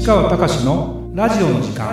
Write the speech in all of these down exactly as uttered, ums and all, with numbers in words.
川隆のラジオの時間。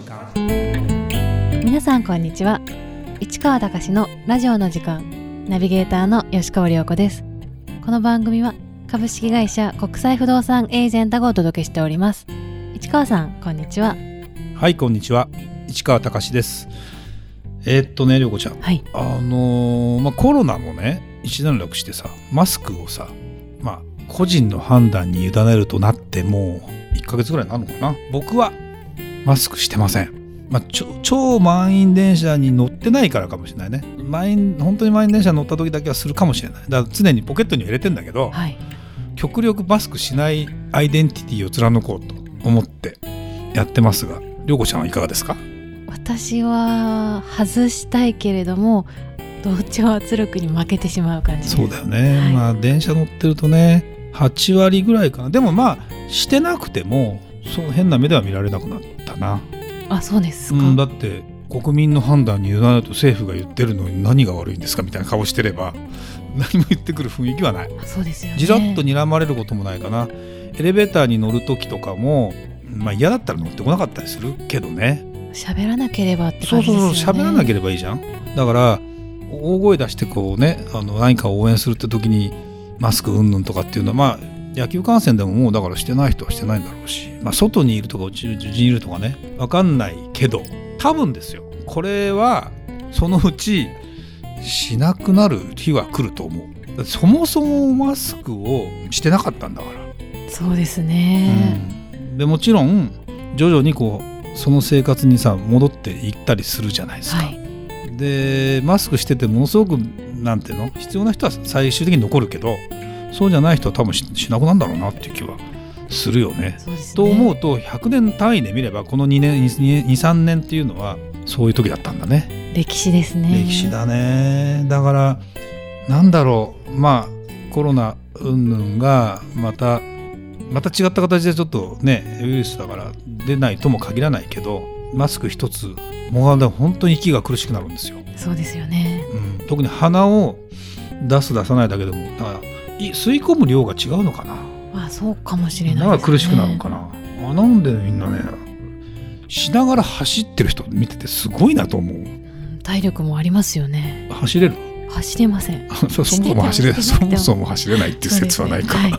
皆さんこんにちは。市川隆のラジオの時間、ナビゲーターの吉川亮子です。この番組は株式会社国際不動産エージェントがお届けしております。市川さんこんにちは。 はい、こんにちは。市川隆です。えー、っとね亮子ちゃん、 はい、 あのーまあ、コロナもね一段落してさ、マスクをさ、まあ個人の判断に委ねるとなってもういっかげつぐらいになるのかな。僕はマスクしてません。まあ、ちょ超満員電車に乗ってないからかもしれないね。満員本当に満員電車に乗った時だけはするかもしれない。だから常にポケットに入れてんだけど、 はい、 極力マスクしないアイデンティティを貫こうと思ってやってますが、涼子ちゃんはいかがですか？ 私は外したいけれども同調圧力に負けてしまう感じです。 そうだよね、 はい、 まあ電車乗ってるとねはちわりぐらいかな。でもまあしてなくてもそう変な目では見られなくなったな。 あ、そうですか、 うん、だって国民の判断に委ねると政府が言ってるのに何が悪いんですかみたいな顔してれば何も言ってくる雰囲気はない。 あ、そうですよね。 じらっと睨まれることもないかな。エレベーターに乗る時とかも、まあ、嫌だったら乗ってこなかったりするけどね。 喋らなければって感じですよね。 そうそうそう、喋らなければいいじゃん。だから大声出してこうね、あの何かを応援するって時にマスクうんぬんとかっていうのは、まあ野球観戦でももうだからしてない人はしてないんだろうし、まあ、外にいるとか内にいるとかね分かんないけど、多分ですよ、これはそのうちしなくなる日は来ると思う。だってそもそもマスクをしてなかったんだから。 そうですね、 うん、でもちろん徐々にこうその生活にさ戻っていったりするじゃないですか、はい、でマスクしててものすごくなんていうの必要な人は最終的に残るけど、そうじゃない人は多分 し, しなくなるんだろうなっていう気はするよね。 そうですね。 と思うとひゃくねん単位で見ればこのにねん にさんねんっていうのはそういう時だったんだね。 歴史ですね。 歴史だね。だからなんだろう、まあコロナ云々がまたまた違った形でちょっとねウイルスだから出ないとも限らないけど、マスク一つもう本当に息が苦しくなるんですよ。 そうですよね、 うん、特に鼻を出す出さないだけでもだから吸い込む量が違うのかな。 あ、そうかもしれないですね。 だから苦しくなるのかな。あ、なんでみんなねしながら走ってる人見ててすごいなと思う。 体力もありますよね。 走れる？ 走れません。 そもそも走れそもそも走れないっていう説はないか、ね、はい、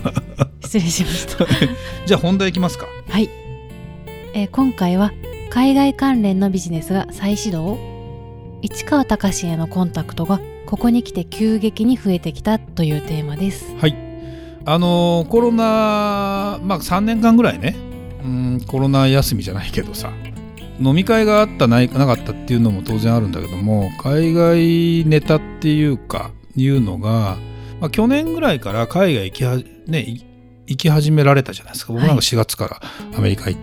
失礼しましたじゃあ本題いきますか。 はい、えー、今回は海外関連のビジネスが再始動。市川隆へのコンタクトがここに来て急激に増えてきたというテーマです。 はい、あのー、コロナ、まあ、さんねんかんぐらいね、うん、コロナ休みじゃないけどさ、飲み会があったないなかったっていうのも当然あるんだけども、海外ネタっていうかいうのが、まあ、去年ぐらいから海外行きは、ね、行き始められたじゃないですか。僕なんかしがつからアメリカ行って、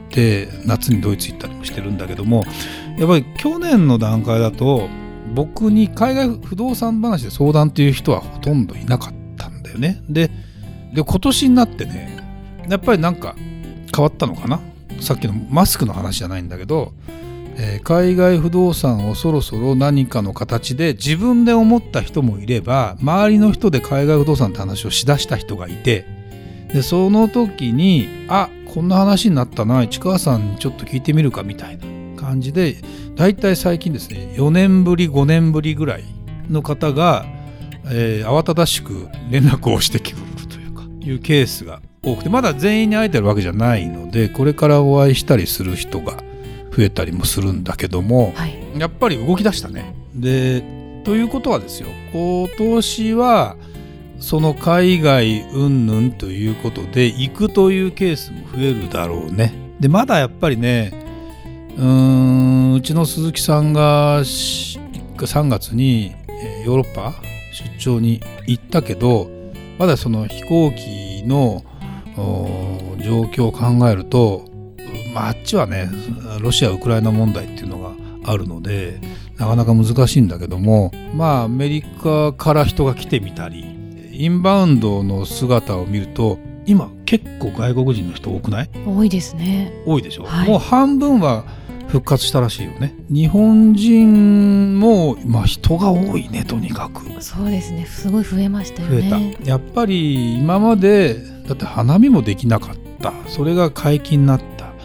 はい、夏にドイツ行ったりもしてるんだけども、やっぱり去年の段階だと僕に海外不動産話で相談っていう人はほとんどいなかったんだよね。で、で今年になってね、やっぱりなんか変わったのかな。さっきのマスクの話じゃないんだけど、えー、海外不動産をそろそろ何かの形で自分で思った人もいれば、周りの人で海外不動産って話をしだした人がいて、でその時にあこんな話になったな、市川さんにちょっと聞いてみるかみたいな感じで、だいたい最近ですねよねんぶりごねんぶりぐらいの方が、えー、慌ただしく連絡をしてくるというかいうケースが多くて、まだ全員に会えてるわけじゃないのでこれからお会いしたりする人が増えたりもするんだけども、はい、やっぱり動き出したね。でということはですよ、今年はその海外云々ということで行くというケースも増えるだろうね。でまだやっぱりね、うーんうちの鈴木さんがさんがつにヨーロッパ出張に行ったけど、まだその飛行機の状況を考えると、まあ、あっちはねロシア・ウクライナ問題っていうのがあるのでなかなか難しいんだけども、まあアメリカから人が来てみたりインバウンドの姿を見ると今結構外国人の人多くない？ 多いですね。 多いでしょ、 はい、 もう半分は復活したらしいよね。日本人も、まあ、人が多いね。とにかくそうですね、すごい増えましたよね。 増えた。やっぱり今までだって花見もできなかった、それが解禁になった。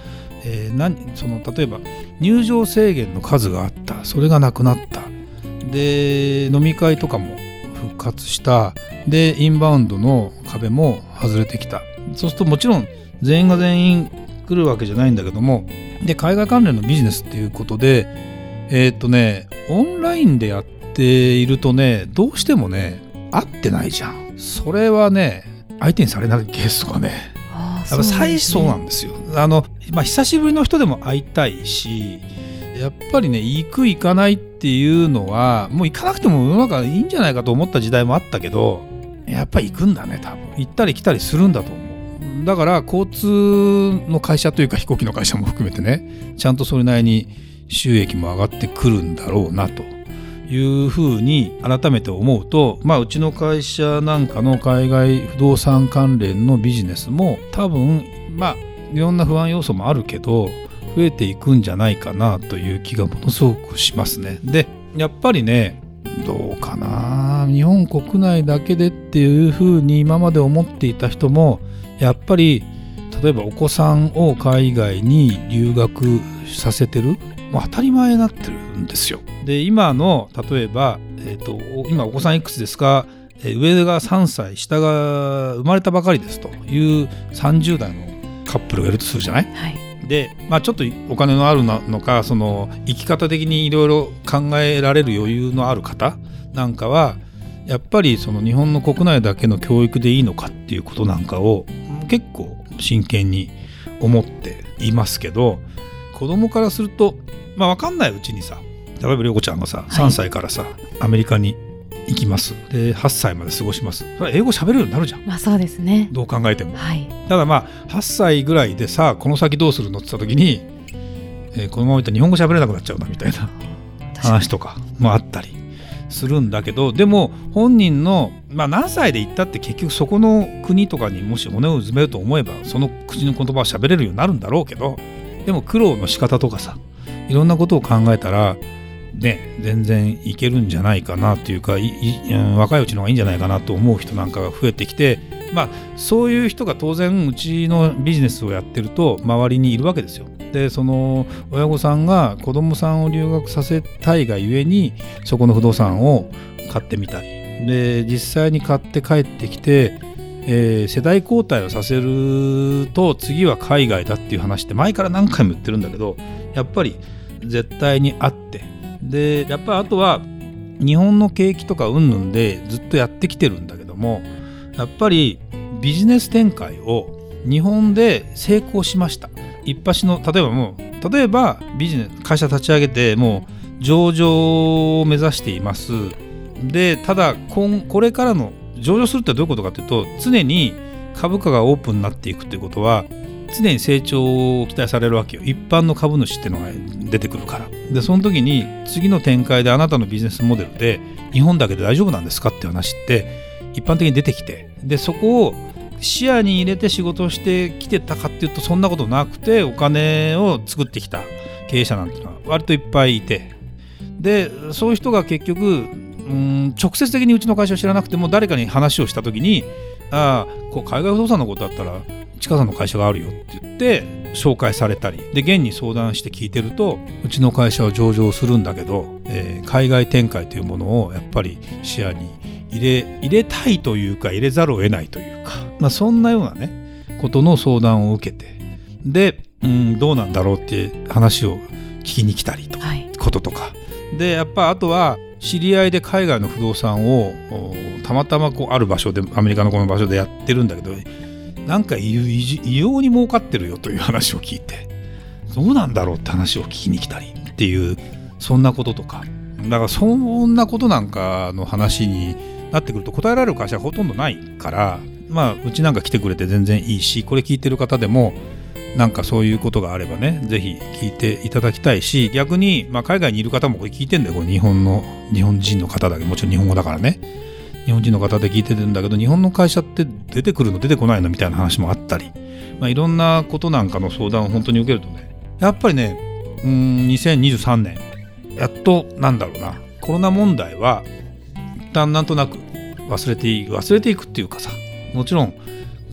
えー、何その例えば入場制限の数があった、それがなくなった、で飲み会とかも復活した、でインバウンドの壁も外れてきた。そうするともちろん全員が全員来るわけじゃないんだけども、で海外関連のビジネスっていうことでえー、っとねオンラインでやっているとね、どうしてもね会ってないじゃん。それはね相手にされないケースとかね、やっぱ最初そうなんですよ。あの、まあ、久しぶりの人でも会いたいし、やっぱりね行く行かないっていうのはもう行かなくても世の中いいんじゃないかと思った時代もあったけど、やっぱり行くんだね。多分行ったり来たりするんだと思う。だから交通の会社というか飛行機の会社も含めてね、ちゃんとそれなりに収益も上がってくるんだろうなというふうに改めて思うと、まあうちの会社なんかの海外不動産関連のビジネスも多分まあいろんな不安要素もあるけど増えていくんじゃないかなという気がものすごくしますね。でやっぱりね、どうかな、日本国内だけでっていうふうに今まで思っていた人もやっぱり例えばお子さんを海外に留学させてる、もう当たり前になってるんですよ。で今の例えば、えーと、今お子さんいくつですか、えー、上がさんさい下が生まれたばかりですというさんじゅう代のカップルがいるとするじゃない、はい、で、まあ、ちょっとお金のあるのか、その生き方的にいろいろ考えられる余裕のある方なんかはやっぱりその日本の国内だけの教育でいいのかっていうことなんかを結構真剣に思っていますけど、子供からするとまあ分かんないうちにさ、例えば涼子ちゃんがさ、はい、さんさいからさアメリカに行きます。ではっさいまで過ごします。それは英語喋れるようになるじゃん。 まあそうですね。 どう考えても、はい、ただまあはっさいぐらいでさ、この先どうするのって言った時に、えー、このままいったら日本語喋れなくなっちゃうなみたいな話とかもあったりするんだけど、でも本人の、まあ、何歳で行ったって結局そこの国とかにもし骨をうずめると思えばその口の言葉は喋れるようになるんだろうけど、でも苦労の仕方とかさ、いろんなことを考えたらね、全然いけるんじゃないかなというか、いい、うん、若いうちの方がいいんじゃないかなと思う人なんかが増えてきて、まあそういう人が当然うちのビジネスをやってると周りにいるわけですよ。でその親御さんが子供さんを留学させたいがゆえにそこの不動産を買ってみたりで、実際に買って帰ってきて、えー、世代交代をさせると次は海外だっていう話って前から何回も言ってるんだけど、やっぱり絶対にあって、でやっぱりあとは日本の景気とか云々でずっとやってきてるんだけども、やっぱりビジネス展開を日本で成功しました。一発の例えばもう例えばビジネス会社立ち上げてもう上場を目指しています。でただ今これからの上場するってどういうことかというと、常に株価がオープンになっていくということは常に成長を期待されるわけよ。一般の株主っていうのが出てくるから。でその時に次の展開であなたのビジネスモデルで日本だけで大丈夫なんですかっていう話って一般的に出てきて、でそこを視野に入れて仕事をしてきてたかっていうとそんなことなくて、お金を作ってきた経営者なんていうのは割といっぱいいて、でそういう人が結局うん直接的にうちの会社を知らなくても誰かに話をした時に、ああこう海外不動産のことだったら市川さんの会社があるよって言って紹介されたりで、現に相談して聞いてると、うちの会社は上場するんだけど、えー、海外展開というものをやっぱり視野に入れ、入れたいというか入れざるを得ないというか、まあ、そんなようなねことの相談を受けて、で、うん、どうなんだろうって話を聞きに来たりとか、はい、こととかで、やっぱあとは知り合いで海外の不動産をたまたまこうある場所でアメリカのこの場所でやってるんだけど、なんか異様に儲かってるよという話を聞いて、どうなんだろうって話を聞きに来たりっていう、そんなこととか、だからそんなことなんかの話になってくると答えられる会社がほとんどないから、まあうちなんか来てくれて全然いいし、これ聞いてる方でもなんかそういうことがあればね、ぜひ聞いていただきたいし、逆にまあ海外にいる方もこれ聞いてんだよ。これ日本の日本人の方だけど、もちろん日本語だからね、日本人の方で聞いてるんだけど、日本の会社って出てくるの出てこないのみたいな話もあったり、まあ、いろんなことなんかの相談を本当に受けるとね、やっぱりね、うーんにせんにじゅうさんねんやっとなんだろうな、コロナ問題は一旦なんとなく忘れていく忘れていくっていうかさ、もちろん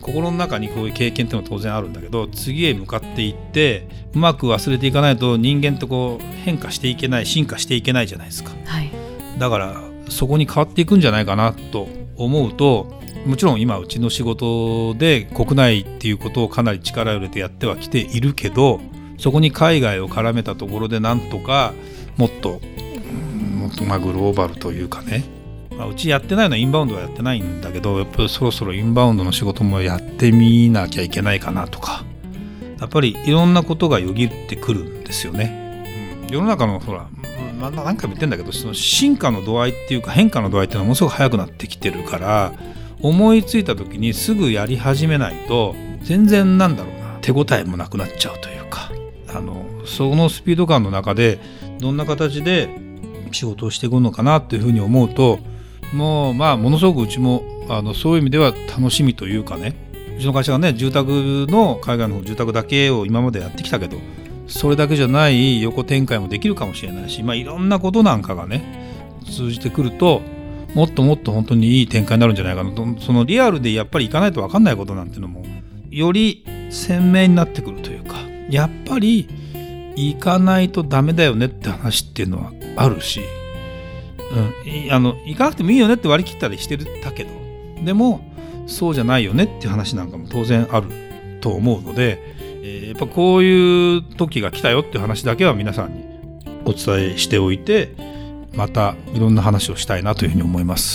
心の中にこういう経験っていうのは当然あるんだけど、次へ向かっていってうまく忘れていかないと人間ってこう変化していけない、進化していけないじゃないですか、 はい、 だからそこに変わっていくんじゃないかなと思うと、もちろん今うちの仕事で国内っていうことをかなり力を入れてやってはきているけど、そこに海外を絡めたところでなんとかもっと、もっとまあグローバルというかね、まあ、うちやってないのはインバウンドはやってないんだけど、やっぱりそろそろインバウンドの仕事もやってみなきゃいけないかなとか、やっぱりいろんなことがよぎってくるんですよね、うん、世の中のほら何回も言ってんだけど、その進化の度合いっていうか変化の度合いっていうのはものすごく早くなってきてるから、思いついた時にすぐやり始めないと全然なんだろうな、手応えもなくなっちゃうというか、あのそのスピード感の中でどんな形で仕事をしていくのかなっていうふうに思うと、もうまあものすごくうちもあのそういう意味では楽しみというかね、うちの会社がね住宅の海外の住宅だけを今までやってきたけど、それだけじゃない横展開もできるかもしれないし、まあいろんなことなんかがね通じてくると、もっともっと本当にいい展開になるんじゃないかなと。そのリアルでやっぱり行かないと分かんないことなんていうのもより鮮明になってくるというか、やっぱり行かないとダメだよねって話っていうのはあるし、うん、あの行かなくてもいいよねって割り切ったりしてたけど、でもそうじゃないよねっていう話なんかも当然あると思うので、えー、やっぱこういう時が来たよっていう話だけは皆さんにお伝えしておいて、またいろんな話をしたいなというふうに思います。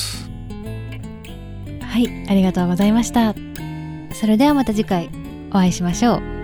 はい、ありがとうございました。それではまた次回お会いしましょう。